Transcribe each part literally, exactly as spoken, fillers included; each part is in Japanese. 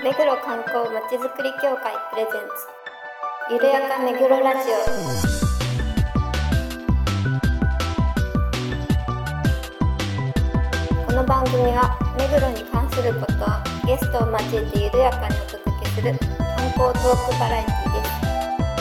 目黒観光まちづくり協会プレゼンツゆるやか目黒ラジオ。この番組は目黒に関することをゲストを交えてゆるやかにお届けする観光トークバラエティです。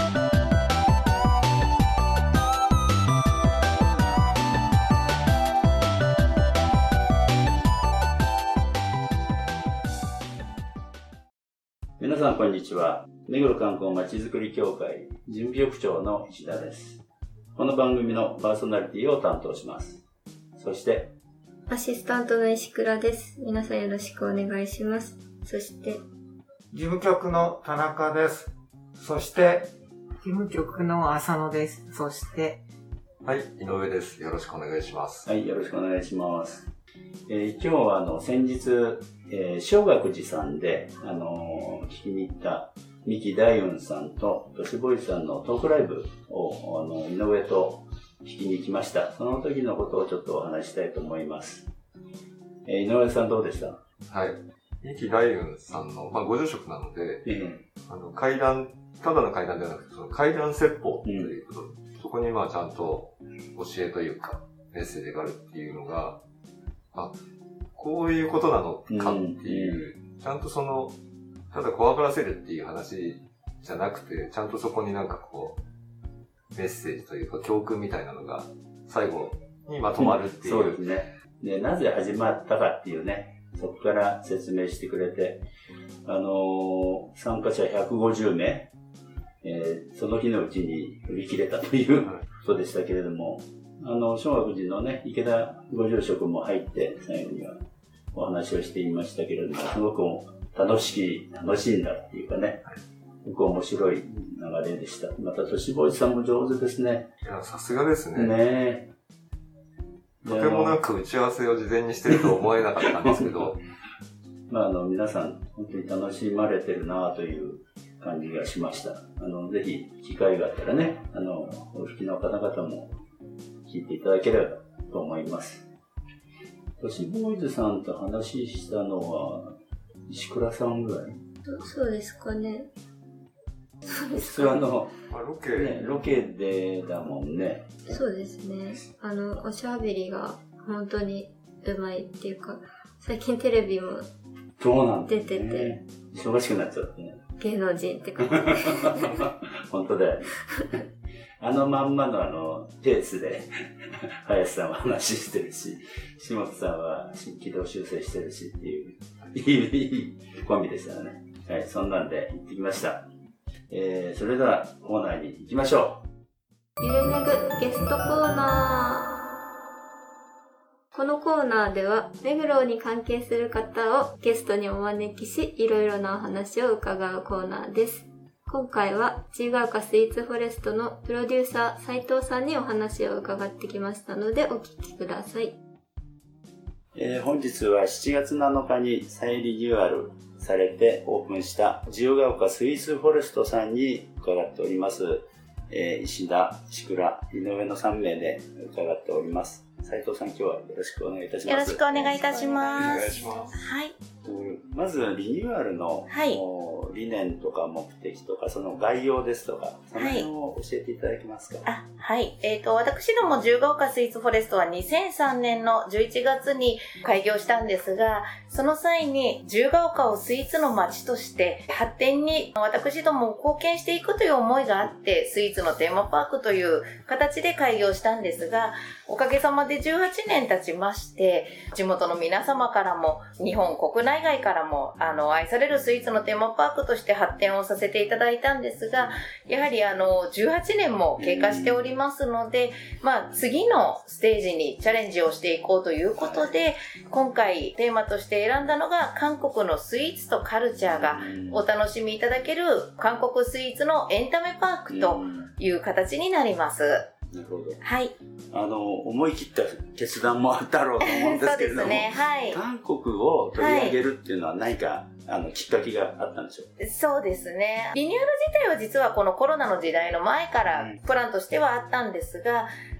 皆さんこんにちは。目黒観光まちづくり協会準備局長の石田です。この番組のパーソナリティを担当します。そしてアシスタントの石倉です。皆さんよろしくお願いします。そして事務局の田中です。そして事務局の浅野です。そしてはい、井上です。よろしくお願いします。 はい、よろしくお願いします。えー、今日はあの先日、えー、正覚寺さんで、あのー、聞きに行った三木大雲さんと都市ボーイズさんのトークライブをあの井上と聞きに行きました。その時のことをちょっとお話したいと思います。えー、井上さんどうでした？ はい。三木大雲さんの、まあ、ご住職なので、 えー、あの階段、ただの階段ではなくて、その階段説法ということ、うん、そこにまあちゃんと教えというか、メッセージがあるっていうのが、あ、こういうことなのかっていう、うん、ちゃんとその、ただ怖がらせるっていう話じゃなくて、ちゃんとそこになんかこう、メッセージというか教訓みたいなのが最後にまとまるっていう。 うん、そうですね。で、なぜ始まったかっていうね、そこから説明してくれて、あのー、参加者ひゃくごじゅうめい、えー、その日のうちに売り切れたということでしたけれども、あの、正覚寺のね、池田ご住職も入って、最後にはお話をしていましたけれども、すごく楽しい、楽しいんだっていうかね、すごく面白い流れでした。また、都市ボーイズさんも上手ですね。 いや、さすがですね。 ねえ。 とてもなんか打ち合わせを事前にしてると思えなかったんですけど。 まあ、あの、皆さん、本当に楽しまれてるなという感じがしました。あの、ぜひ、機会があったらね、あの、お聞きの方々も、聞いていただければと思います。都市ボーイズさんと話したのは石倉さんぐらい？ そうですかね。 そうですかね。あのロケ、 ね、ロケでだもんね。 そうですね。あのおしゃべりが本当にうまいっていうか、最近テレビも出てて、ね、 忙しくなっちゃってね。 芸能人って感じ。 本当だよね。あのまんまのあのペースで林さんは話してるし、下本さんは軌道修正してるしっていういいコンビでしたね。はい、そんなんで行ってきました。えー、それではコーナーに行きましょう。ゆるめぐゲストコーナー。このコーナーでは目黒に関係する方をゲストにお招きし、いろいろなお話を伺うコーナーです。今回は自由が丘スイーツフォレストのプロデューサー斉藤さんにお話を伺ってきましたのでお聞きください。 えー、本日はしちがつなのかに再リニューアルされてオープンした自由が丘スイーツフォレストさんに伺っております。えー、石田、石倉、井上のさんめいで伺っております。斉藤さん、今日はよろしくお願いいたします。 よろしくお願いいたします。 お願いします。 はい。 まずリニューアルの、はい、理念とか目的とかその概要ですとかその辺を教えていただけますか？ はい、あはい、えーと、私ども自由が丘スイーツフォレストはにせんさんねんのじゅういちがつに開業したんですが、その際に自由が丘をスイーツの街として発展に私ども貢献していくという思いがあってスイーツのテーマパークという形で開業したんですが、おかげさまでじゅうはちねん経ちまして地元の皆様からも日本国内外からもあの愛されるスイーツのテーマパークとして発展をさせていただいたんですが、やはりあのじゅうはちねんも経過しておりますので、まあ次のステージにチャレンジをしていこうということで、今回テーマとして選んだのが韓国のスイーツとカルチャーがお楽しみいただける韓国スイーツのエンタメパークという形になります。 なるほど。 はい。 あの、思い切った決断もあったろうと思うんですけれども、そうですね、はい。韓国を取り上げるっていうのは何か、はい、あの、きっかけがあったんでしょう？ そうですね。リニューアル自体は実はこのコロナの時代の前からプランとしてはあったんですが、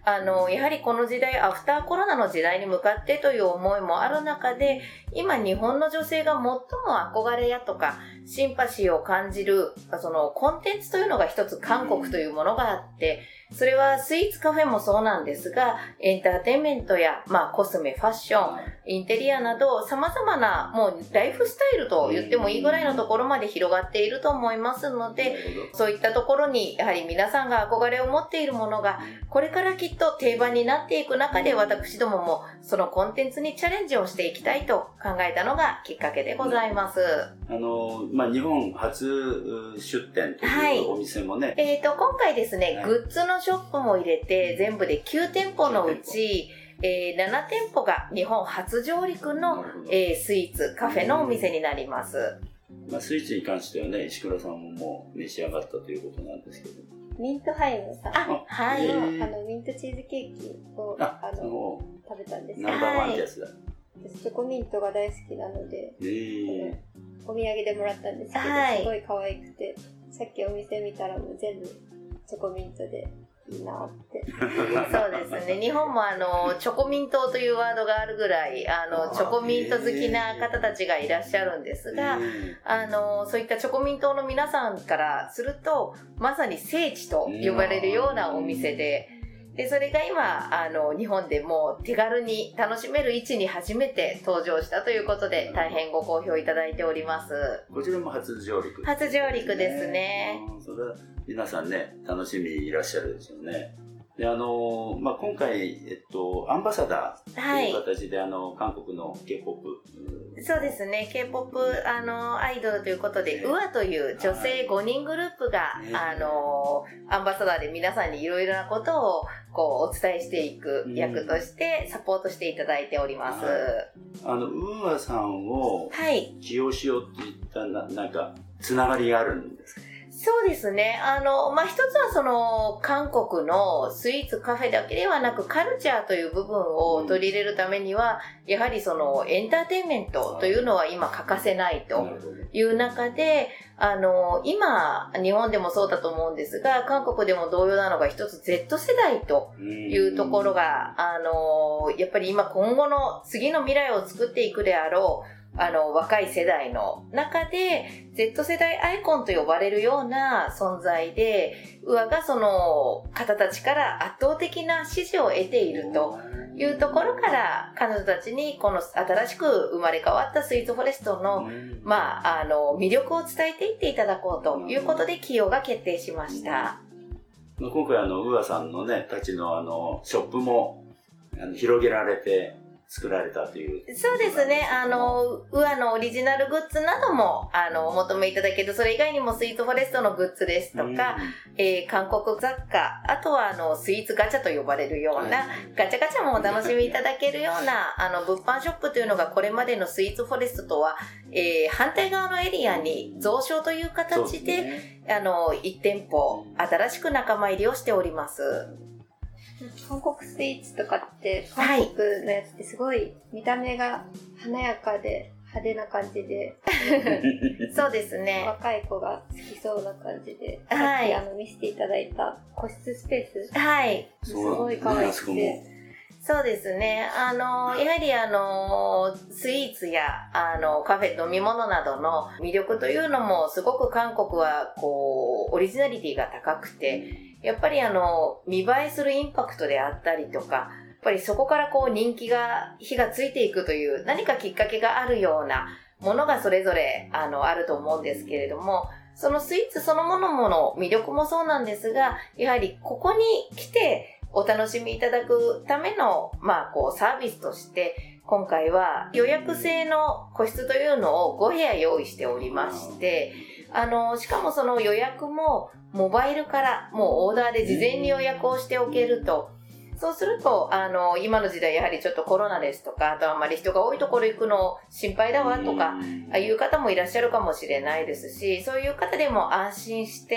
あの、やはりこの時代、アフターコロナの時代に向かってという思いもある中で、今日本の女性が最も憧れやとか、シンパシーを感じる、そのコンテンツというのが一つ韓国というものがあって、それはスイーツカフェもそうなんですが、エンターテインメントや、まあコスメ、ファッション、インテリアなど様々なもうライフスタイルと言ってもいいぐらいのところまで広がっていると思いますので、そういったところにやはり皆さんが憧れを持っているものが、これからきっと定番になっていく中で、私どももそのコンテンツにチャレンジをしていきたいと考えたのがきっかけでございます。 あの、まあ、日本初出店というお店もね。はい、 えっと、今回ですね、 はい、 グッズのショップも入れて、全部できゅうてんぽのうち、えー、ななてんぽが日本初上陸の、えー、スイーツ、カフェのお店になります。 まあ、スイーツに関してはね、石倉さんももう召し上がったということなんですけど。 ミントハイムさんあ、はい、 あのミントチーズケーキをああの食べたんですけど、 ナンバーワンってやつだ。 私チョコミントが大好きなので、 えー、 お土産でもらったんですけど、はい、すごい可愛くて、さっきお店見たらもう全部チョコミントでいいなって。 そうですね。日本もあのチョコミントというワードがあるぐらい、あのチョコミント好きな方たちがいらっしゃるんですが、あのそういったチョコミントの皆さんからするとまさに聖地と呼ばれるようなお店で。で、それが今、あの、日本でもう手軽に楽しめる位置に初めて登場したということで、大変ご好評いただいております。 こちらも初上陸、 ね。初上陸ですね。 それは皆さんね、楽しみにいらっしゃるでしょうね。で、あの、まあ、今回、えっと、アンバサダーという形で、はい、あの、韓国の K-ポップ。 そうですね、K-ポップ、あの、アイドルということで、ね、ウアという女性ごにんグループが、ね、あの、アンバサダーで皆さんにいろいろなことを、こう、お伝えしていく役として、サポートしていただいております。 うん、あの、ウアさんを、起用しようっていった、な、なんか、つながりがあるんですか？ そうですね。あの、まあ、一つはその、韓国のスイーツカフェだけではなく、カルチャーという部分を取り入れるためには、うん、やはりその、エンターテインメントというのは今欠かせないという中で、あの、今、日本でもそうだと思うんですが、韓国でも同様なのが一つ Z 世代というところが、あの、やっぱり今今後の次の未来を作っていくであろう、あの、若い世代の中で、Z 世代アイコンと呼ばれるような存在で、ウアがその方たちから圧倒的な支持を得ているというところから、彼女たちにこの新しく生まれ変わったスイーツフォレストの、まあ、あの、魅力を伝えていっていただこうということで起用が決定しました。 今回あの、ウアさんのね、たちのあの、ショップもあの広げられて、作られたという。 そうですね。あの、ウアのオリジナルグッズなども、あの、お求めいただける。それ以外にもスイーツフォレストのグッズですとか、えー、韓国雑貨、あとはあの、スイーツガチャと呼ばれるような、ガチャガチャもお楽しみいただけるような、あの、物販ショップというのがこれまでのスイーツフォレストとは、えー、反対側のエリアに増床という形で、ね、あの、いってんぽ、新しく仲間入りをしております。 韓国スイーツとかって韓国のやつってすごい見た目が華やかで派手な感じでそうですね、 若い子が好きそうな感じで、 はい、 さっきあの見せていただいた個室スペース、 はい、 すごい可愛くて、 そうですね。あの、やはりあの、スイーツや、あの、カフェ、飲み物などの魅力というのも、すごく韓国は、こう、オリジナリティが高くて、やっぱりあの、見栄えするインパクトであったりとか、やっぱりそこからこう、人気が、火がついていくという、何かきっかけがあるようなものがそれぞれ、あの、あると思うんですけれども、そのスイーツそのものもの魅力もそうなんですが、やはりここに来て、お楽しみいただくための、まあ、こう、サービスとして、今回は予約制の個室というのをご部屋用意しておりまして、あの、しかもその予約も、モバイルからもうオーダーで事前に予約をしておけると、そうすると、あの、今の時代やはりちょっとコロナですとか、あとあんまり人が多いところ行くの心配だわとか、ああいう方もいらっしゃるかもしれないですし、そういう方でも安心して、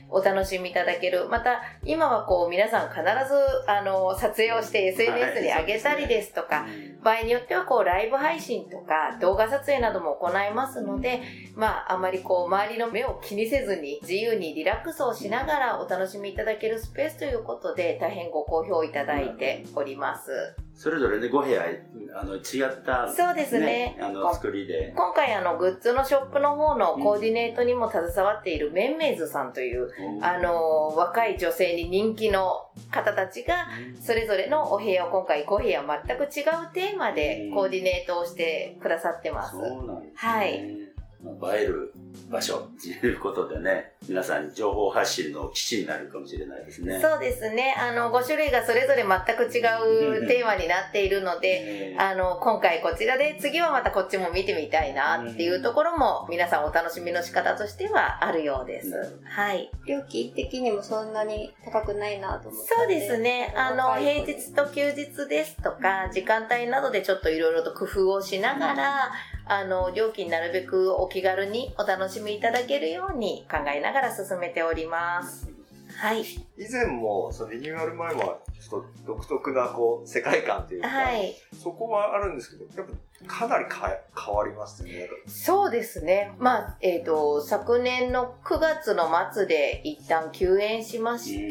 お楽しみいただける。また、今はこう皆さん必ずあの撮影をして エスエヌエス に上げたりですとか、はい、場合によってはこうライブ配信とか動画撮影なども行いますので、まああまりこう周りの目を気にせずに自由にリラックスをしながらお楽しみいただけるスペースということで大変ご好評いただいております。 それぞれね、ご部屋、あの、違った、ね、 そうですね。 あの、作りで。 今回、あの、グッズのショップの方のコーディネートにも携わっているメンメイズさんという、うん、あの、若い女性に人気の方たちが、それぞれのお部屋を今回ご部屋全く違うテーマでコーディネートをしてくださってます。 うん、そうなんですね。 はい。 映える場所ということでね、皆さんに情報発信の基地になるかもしれないですね。 そうですね。あの、ご種類がそれぞれ全く違うテーマになっているので、あの、今回こちらで、次はまたこっちも見てみたいなっていうところも、皆さんお楽しみの仕方としてはあるようです。はい。 料金的にもそんなに高くないなと思って。 そうですね。あの、平日と休日ですとか、時間帯などでちょっといろいろと工夫をしながら、あの、料金なるべくお気軽にお楽しみいただけるように考えながら進めております。はい。 以前も、そのリニューアル前は、ちょっと独特な、こう、世界観というか、はい。そこはあるんですけど、やっぱかなりか変わりますね。 そうですね。まあ、えっと、昨年のくがつの末で一旦休園しまして、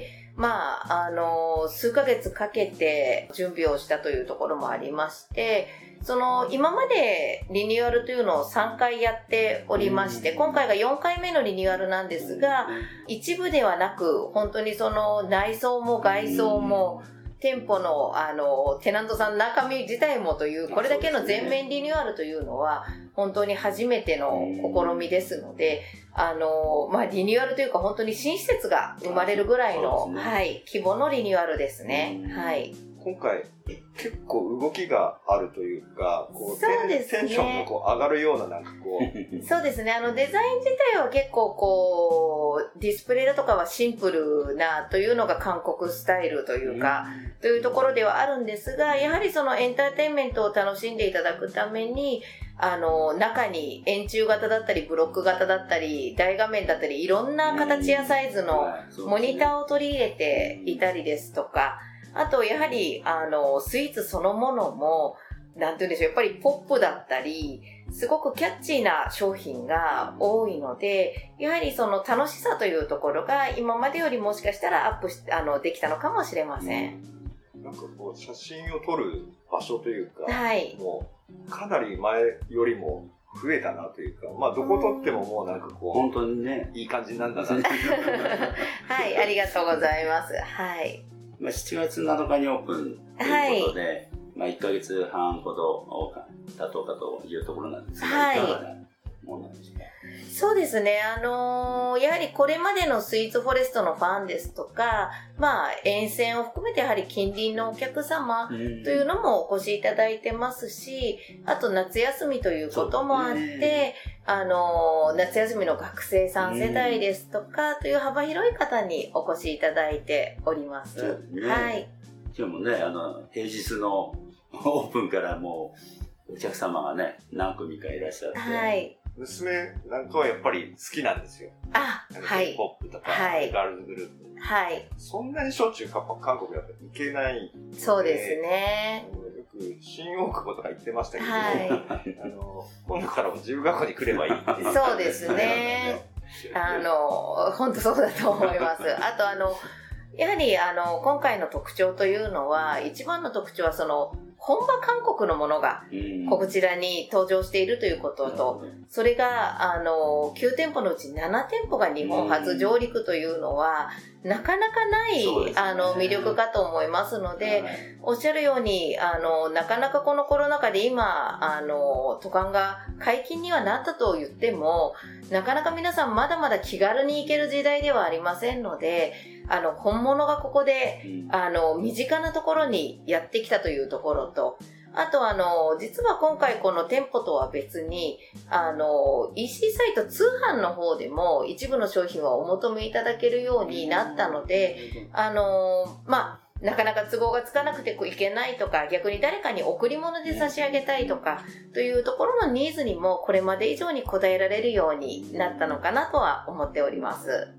まあ、あの、数ヶ月かけて準備をしたというところもありまして、その、今までリニューアルというのをさんかいやっておりまして、今回がよんかいめのリニューアルなんですが、一部ではなく、本当にその内装も外装も、店舗の、あの、テナントさん中身自体もという、これだけの全面リニューアルというのは、本当に初めての試みですので、あの、まあ、リニューアルというか本当に新施設が生まれるぐらいの、はい、規模のリニューアルですね。はい。 今回、結構動きがあるというか、こう、そうですね、テンションがこう上がるようななんかこう。そうですね。あの、デザイン自体は結構こう、ディスプレイだとかはシンプルなというのが韓国スタイルというか、うん、というところではあるんですが、やはりそのエンターテインメントを楽しんでいただくために、あの、中に円柱型だったり、ブロック型だったり、大画面だったり、いろんな形やサイズのモニターを取り入れていたりですとか、あと、やはり、あの、スイーツそのものも、なんて言うんでしょう、やっぱりポップだったり、すごくキャッチーな商品が多いので、やはりその楽しさというところが、今までよりもしかしたらアップし、あの、できたのかもしれません。 なんかこう、写真を撮る場所というか、 はい。 もう、かなり前よりも増えたなというか、まあ、どこ撮ってももうなんかこう、 本当にね、 いい感じなんだな。 はい、ありがとうございます。はい。 まあ、しちがつなのかにオープンということで、はい、まあ、いっかげつはんほど経とうかというところなんですが、はい、いかがなものなんですか？ そうですね。あのー、やはりこれまでのスイーツフォレストのファンですとか、まあ、沿線を含めてやはり近隣のお客様というのもお越しいただいてますし、あと夏休みということもあって、あのー、夏休みの学生さん世代ですとか、という幅広い方にお越しいただいております。ね、はい。 今日もね、あの、平日のオープンからもう、お客様がね、何組かいらっしゃって。 はい。 娘なんかはやっぱり好きなんですよ。 あ、はい。 ポップとか、はい、ガールズグループ。 はい。 そんなにしょっちゅう韓国やっぱ行けないので。 そうですね。 よく新大久保とか行ってましたけど、はい、あの今度からも自由学校に来ればいいっていう。 そうですね。あの、本当そうだと思います。あとあの、やはりあの、今回の特徴というのは、一番の特徴はその、本場韓国のものがこちらに登場しているということと、それがあのきゅうてんぽのうちななてんぽが日本初上陸というのはなかなかない、ね、あの魅力かと思いますので、はい、おっしゃるようにあのなかなかこのコロナ禍で今あの渡韓が解禁にはなったと言ってもなかなか皆さんまだまだ気軽に行ける時代ではありませんので、あの本物がここで、うん、あの身近なところにやってきたというところと、あとあの実は今回この店舗とは別にあの イーシー サイト通販の方でも一部の商品はお求めいただけるようになったので、あのまあなかなか都合がつかなくていけないとか、逆に誰かに贈り物で差し上げたいとかというところのニーズにもこれまで以上に応えられるようになったのかなとは思っております。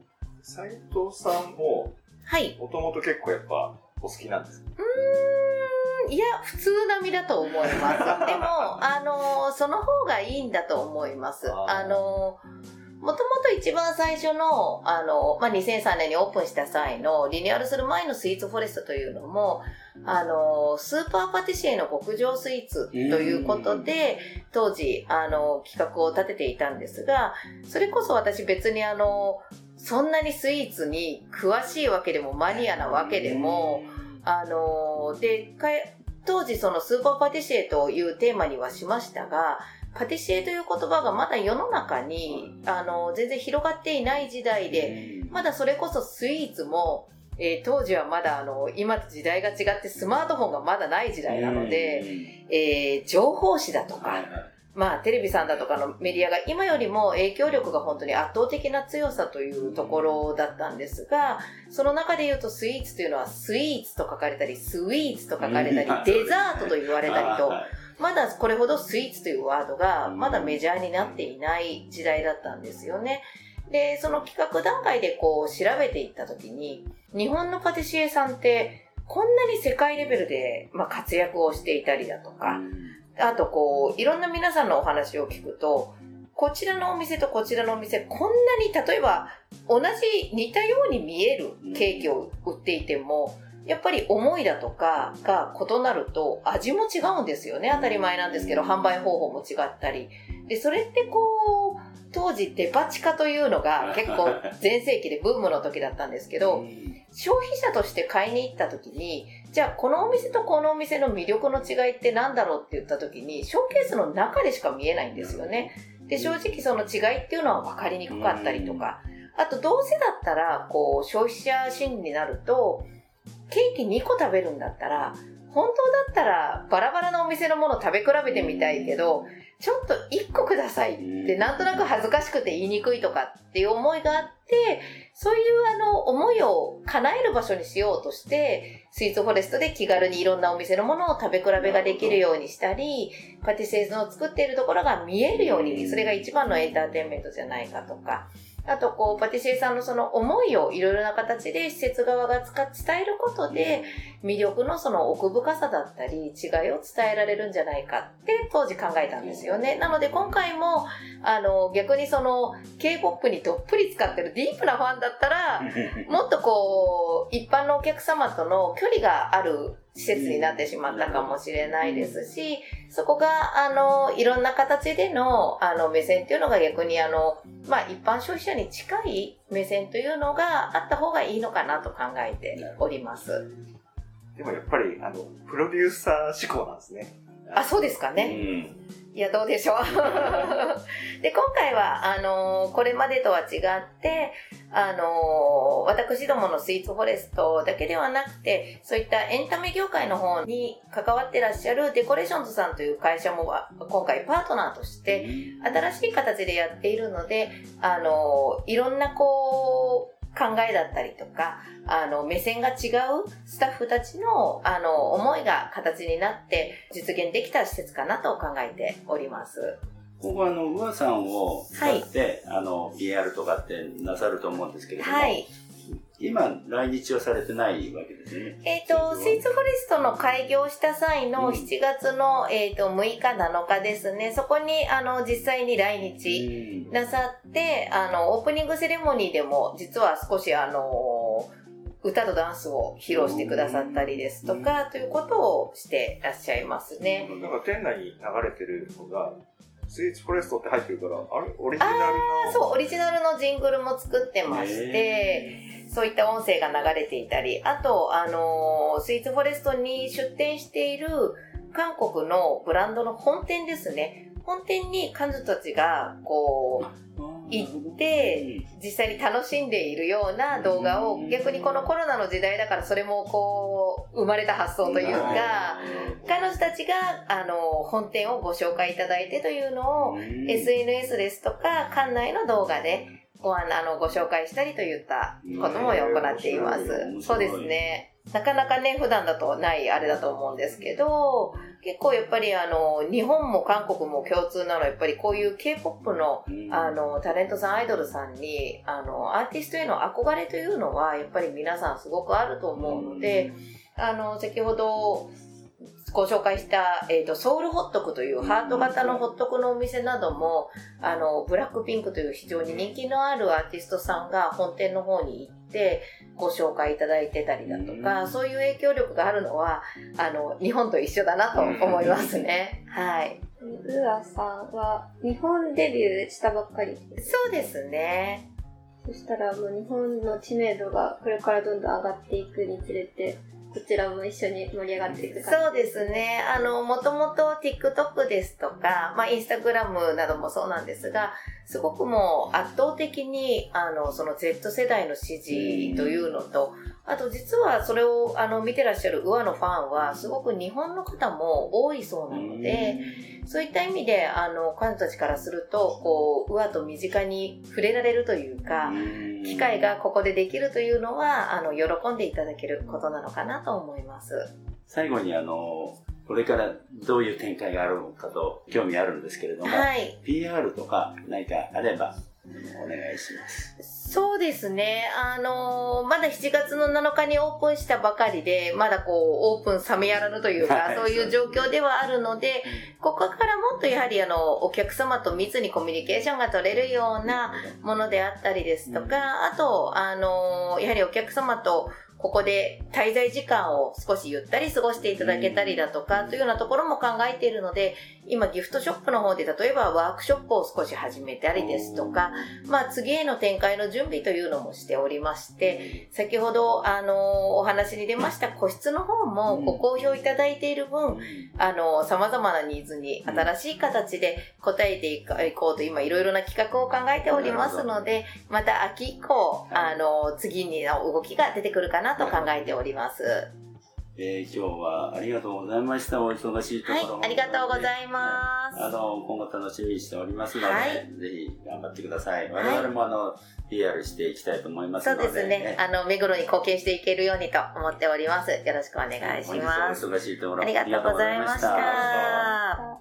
斉藤さんも、 はい。 もともと結構やっぱお好きなんですか？ うーん、いや、普通並みだと思います。でも、あの、その方がいいんだと思います。あ, あの、もともと一番最初の、あの、まあ、にせんさんねんにオープンした際のリニューアルする前のスイーツフォレストというのも、あの、スーパーパティシエの極上スイーツということで、当時、あの、企画を立てていたんですが、それこそ私別にあの、そんなにスイーツに詳しいわけでもマニアなわけでも、あの、で、当時そのスーパーパティシエというテーマにはしましたが、パティシエという言葉がまだ世の中に、あの、全然広がっていない時代で、まだそれこそスイーツも、えー、当時はまだあの、今と時代が違ってスマートフォンがまだない時代なので、えー、情報誌だとか、まあテレビさんだとかのメディアが今よりも影響力が本当に圧倒的な強さというところだったんですが、その中で言うとスイーツというのはスイーツと書かれたり、スイーツと書かれたり、デザートと言われたりと、まだこれほどスイーツというワードがまだメジャーになっていない時代だったんですよね。で、その企画段階でこう調べていったときに、日本のパティシエさんってこんなに世界レベルでまあ活躍をしていたりだとか、あとこういろんな皆さんのお話を聞くと、こちらのお店とこちらのお店、こんなに例えば同じ似たように見えるケーキを売っていても、やっぱり思いだとかが異なると味も違うんですよね。当たり前なんですけど、販売方法も違ったり。で、それってこう、当時デパ地下というのが結構全盛期でブームの時だったんですけど、消費者として買いに行った時に、じゃあこのお店とこのお店の魅力の違いって何だろうって言った時に、ショーケースの中でしか見えないんですよね。で、正直その違いっていうのは分かりにくかったりとか、あとどうせだったら、こう、消費者心理になると、ケーキにこ食べるんだったら、本当だったらバラバラなお店のもの食べ比べてみたいけど、ちょっといっこくださいってなんとなく恥ずかしくて言いにくいとかっていう思いがあって、そういうあの思いを叶える場所にしようとして、スイーツフォレストで気軽にいろんなお店のものを食べ比べができるようにしたり、パティシエの作っているところが見えるように、それが一番のエンターテインメントじゃないかとか、あとこうパティシエさんのその思いをいろいろな形で施設側が使っ伝えることで魅力のその奥深さだったり違いを伝えられるんじゃないかって当時考えたんですよね。なので今回もあの逆にその K-ポップ にどっぷり使ってるディープなファンだったらもっとこう一般のお客様との距離がある施設になってしまったかもしれないですし、そこがあのいろんな形でのあの目線っていうのが逆にあのまあ一般消費者に近い目線というのがあった方がいいのかなと考えております。 でもやっぱりあのプロデューサー志向なんですね。 あ、そうですかね。いや、どうでしょう。で、今回は、あのー、これまでとは違って、あのー、私どものスイーツフォレストだけではなくて、そういったエンタメ業界の方に関わってらっしゃるデコレーションズさんという会社も今回パートナーとして新しい形でやっているので、あのー、いろんなこう、考えだったりとか、あの、目線が違うスタッフたちの、あの、思いが形になって実現できた施設かなと考えております。 ここはあの、うわさんを使って、はい、あの、ピーアール とかってなさると思うんですけれども、はい。今、来日はされてないわけですね。 えっ、ー、と、スイーツフォレストの開業した際のしちがつの、うん、えっ、ー、と、むいかなのかですね。そこに、あの、実際に来日なさって、うん、あの、オープニングセレモニーでも、実は少し、あの、歌とダンスを披露してくださったりですとか、うん、ということをしてらっしゃいますね。 なんか店内に流れてるのが、スイーツフォレストって入ってるから、あれオリジナルの。ああ、そう、オリジナルのジングルも作ってまして、そういった音声が流れていたり、あと、あのー、スイーツフォレストに出店している韓国のブランドの本店ですね。本店に彼女たちが、こう、行って、実際に楽しんでいるような動画を、逆にこのコロナの時代だからそれもこう、生まれた発想というか、彼女たちが、あの、本店をご紹介いただいてというのを、エスエヌエス ですとか、館内の動画で、ごあのご紹介したりといったことも行っています。そうですね。 なかなかね、普段だとないあれだと思うんですけど、結構やっぱりあの、日本も韓国も共通なのはやっぱりこういう K-ポップ のあの、タレントさん、アイドルさんに、あの、アーティストへの憧れというのはやっぱり皆さんすごくあると思うので、あの、先ほどご紹介した、えっと、ソウルホットクというハート型のホットクのお店なども、あの、ブラックピンクという非常に人気のあるアーティストさんが本店の方に行ってご紹介いただいてたりだとか、そういう影響力があるのは、あの、日本と一緒だなと思いますね。はい。 ウアさんは日本デビューしたばっかりです。 そうですね。 そしたらもう日本の知名度がこれからどんどん上がっていくにつれて、こちらも一緒に盛り上がっていく感じ。 そうですね。あの、もともと TikTok ですとか、まあ、Instagram などもそうなんですが、すごくもう圧倒的に、あの、その Z 世代の支持というのと、あと実はそれをあの見てらっしゃるウアのファンはすごく日本の方も多いそうなので、そういった意味であの彼女たちからするとこうウアと身近に触れられるというか、機会がここでできるというのはあの喜んでいただけることなのかなと思います。 最後にあのこれからどういう展開があるのかと興味あるんですけれども、 はい、 ピーアール とか何かあればお願いします。 そうですね。あのー、まだしちがつのなのかにオープンしたばかりで、まだこう、オープン冷めやらぬというか、はい、そういう状況ではあるので、ここからもっとやはりあの、お客様と密にコミュニケーションが取れるようなものであったりですとか、あと、あのー、やはりお客様と、ここで滞在時間を少しゆったり過ごしていただけたりだとかというようなところも考えているので、今ギフトショップの方で例えばワークショップを少し始めたりですとか、まあ次への展開の準備というのもしておりまして、先ほどあのお話に出ました個室の方もご好評いただいている分、あの様々なニーズに新しい形で応えていこうと今いろいろな企画を考えておりますので、また秋以降あの次にの動きが出てくるかなと考えております。 えー、今日はありがとうございました。お忙しいところ、 はい、ありがとうございます。 あの今後楽しみにしておりますので、はい、ぜひ頑張ってください。我々もあの、はい、ピーアール していきたいと思いますので、 そうですね。ねあの目黒に貢献していけるようにと思っております。よろしくお願いします。 お忙しいところありがとうございました。 はい、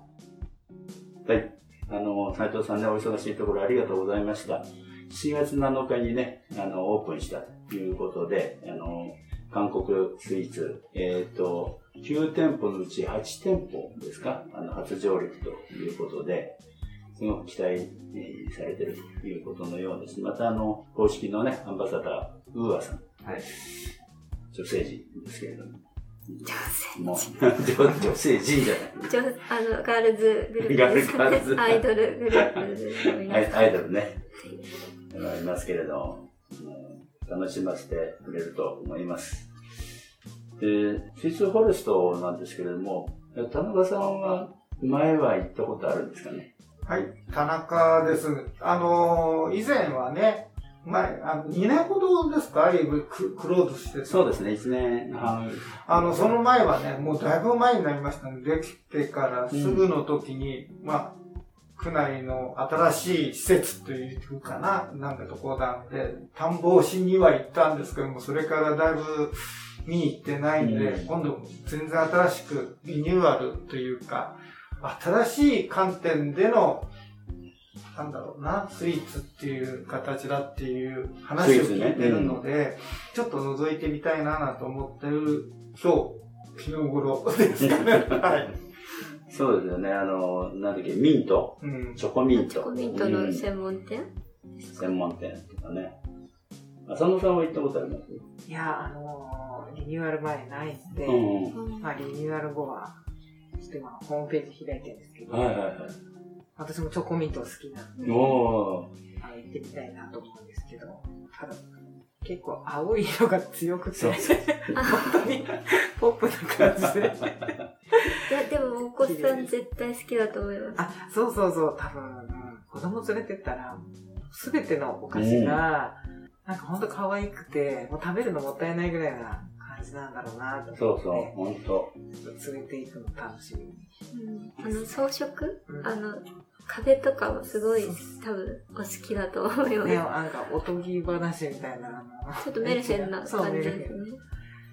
あの斉藤さんね、お忙しいところありがとうございました。しがつなのかにね、あのオープンしたということで、あの韓国スイーツ、えっと、きゅうてんぽのうちはちてんぽですか、あの、初上陸ということで、すごく期待されているということのようです。また、あの、公式のね、アンバサダー、ウーアさん。はい。女性陣ですけれども。 女性陣。 もう、女性陣じゃない。 女、あの、ガールズグループですね。 ガールズ。 アイドルグループ。 アイドルね。ありますけれども。楽しませてくれると思います。で、スイーツフォレストなんですけれども、田中さんは前は行ったことあるんですかね？ はい、田中です。あの、以前はね、前、あのにねんほどですか、ク, クローズして。 そうですね、いちねんはん。 あの、その前はね、もうだいぶ前になりましたね。できてからすぐの時に、うん、まあ、区内の新しい施設というかな、なんかところなんで、探訪しには行ったんですけども、それからだいぶ見に行ってないんで、うん、今度全然新しくリニューアルというか、新しい観点での、なんだろうな、スイーツっていう形だっていう話を聞いてるので、ねうん、ちょっと覗いてみたいななと思ってる今日、昨日頃ですかね。はい。 そうですよね。あの、なんだっけ、ミント、うん、チョコミント。 チョコミントの専門店、 うん、専門店とかね。浅野さんは行ったことあります？ いや、あのー、リニューアル前ないんで、うん、まあリニューアル後は、ちょっと今ホームページ開いてるんですけど、はいはいはい、私もチョコミント好きなんで、おあ行ってみたいなと思うんですけど、ただ、結構青い色が強くて、そうそう本当にポップな感じで。 いや、でもお子さん絶対好きだと思います。 あ、そうそうそう、多分、うん、子供連れてったら、すべてのお菓子が、うん、なんかほんと可愛くて、もう食べるのもったいないぐらいな感じなんだろうなと思って。 そうそう、ほんと。 ちょっと連れて行くの楽しみに。 うん、あの、装飾、うん、あの、壁とかもすごい多分お好きだと思います。 ね、なんかおとぎ話みたいな。 ちょっとメルヘンな感じですね。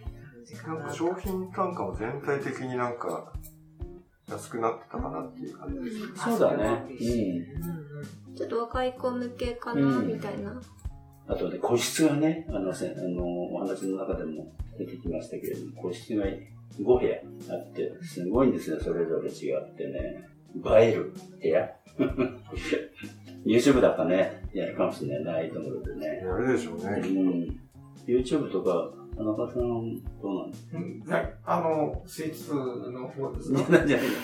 じかな。 なんか商品単価も全体的になんか安くなってたかなっていう感じですね。 そうだね。うん。 ちょっと若い子向けかな、みたいな。 あとね、個室がね、あの、せあのお話の中でも出てきましたけれども、個室がご部屋あって、すごいんですね、それぞれ違ってね。映える部屋YouTube だかね、やるかもしれないと思うのでね。 やるでしょうね。 うん。YouTube とか、田中さん、どうなんですか？ うん、あの、スイーツの方ですか？ じゃない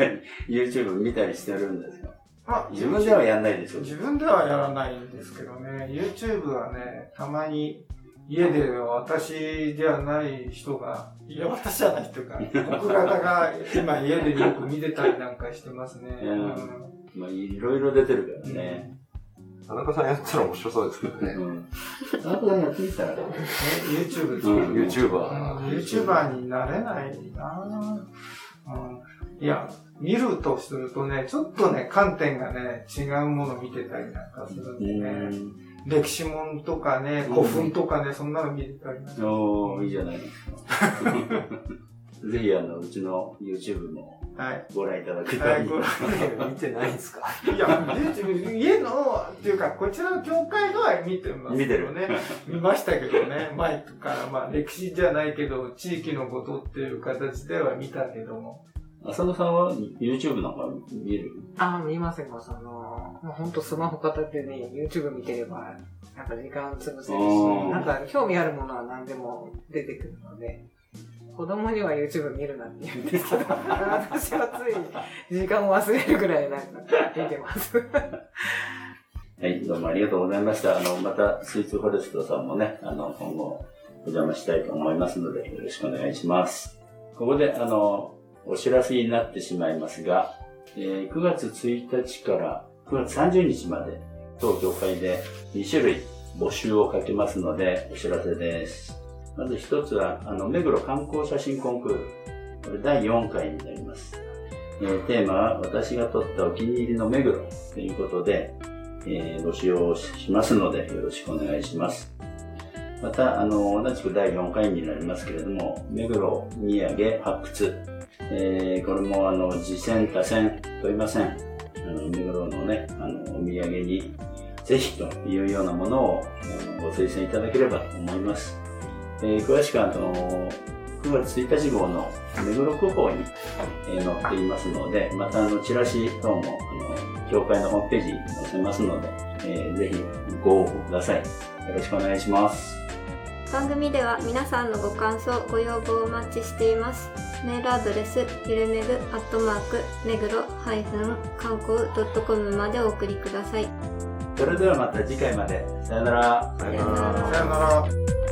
YouTube 見たりしてるんですか？ あ、 自分ではやんないでしょ？ 自分ではやらないんですけどね、YouTube はね、たまに家で私じゃない人が、いや、私じゃない人が、僕方が今家でよく見てたりなんかしてますね。 うん、まあ、いろいろ出てるからね。 田中さんやったら面白そうですけどね。 うん。田中さんやってみたらね。 YouTube 作る。YouTuber。 YouTuber になれないなぁ。うん。いや、見るとするとね、ちょっとね、観点がね、違うもの見てたりなんかするんでね。歴史もんとかね、古墳とかね、そんなの見てたりなんか。 おー、いいじゃないですか。ぜひ、あの、うちの YouTube もご覧いただくために。はい、 見てないんですか？ いや、YouTube、家の、っていうか、こちらの教会のは見てますけどね。見ましたけどね、前から、まあ、歴史じゃないけど、地域のことっていう形では見たけども。 浅野さんは YouTube なんか見る？ ああ、見ませんか。その、もうほんとスマホ片手で YouTube 見てれば、なんか時間潰せるし、なんか興味あるものは何でも出てくるので、子供には YouTube 見るなって言うんですけど、私はつい時間を忘れるぐらいなんか見てます。 はい、どうもありがとうございました。あの、またスイーツフォレストさんもね、あの、今後お邪魔したいと思いますので、よろしくお願いします。ここで、あの、お知らせになってしまいますが、えー、くがつついたちからくがつさんじゅうにちまで当教会でにしゅるい募集をかけますのでお知らせです。まず一つはあの目黒観光写真コンクール、これだいよんかいになります。えー、テーマは私が撮ったお気に入りの目黒ということで、えー、募集をしますのでよろしくお願いします。またあの同じくだいよんかいになりますけれども、目黒土産発掘、えー、これもあの次戦他戦問いません。あの目黒のね、あのお土産にぜひというようなものをご推薦いただければと思います。えー、詳しくはあのくがつついたち号の目黒区報に、えー、載っていますので、またあのチラシ等もあの教会のホームページに載せますので、えー、ぜひご応募ください。よろしくお願いします。 番組では皆さんのご感想、ご要望をお待ちしています。メールアドレス、ゆるめぐアットマーク、めぐろ観光 .com までお送りください。 それではまた次回まで。さよなら。 さよなら。さよなら。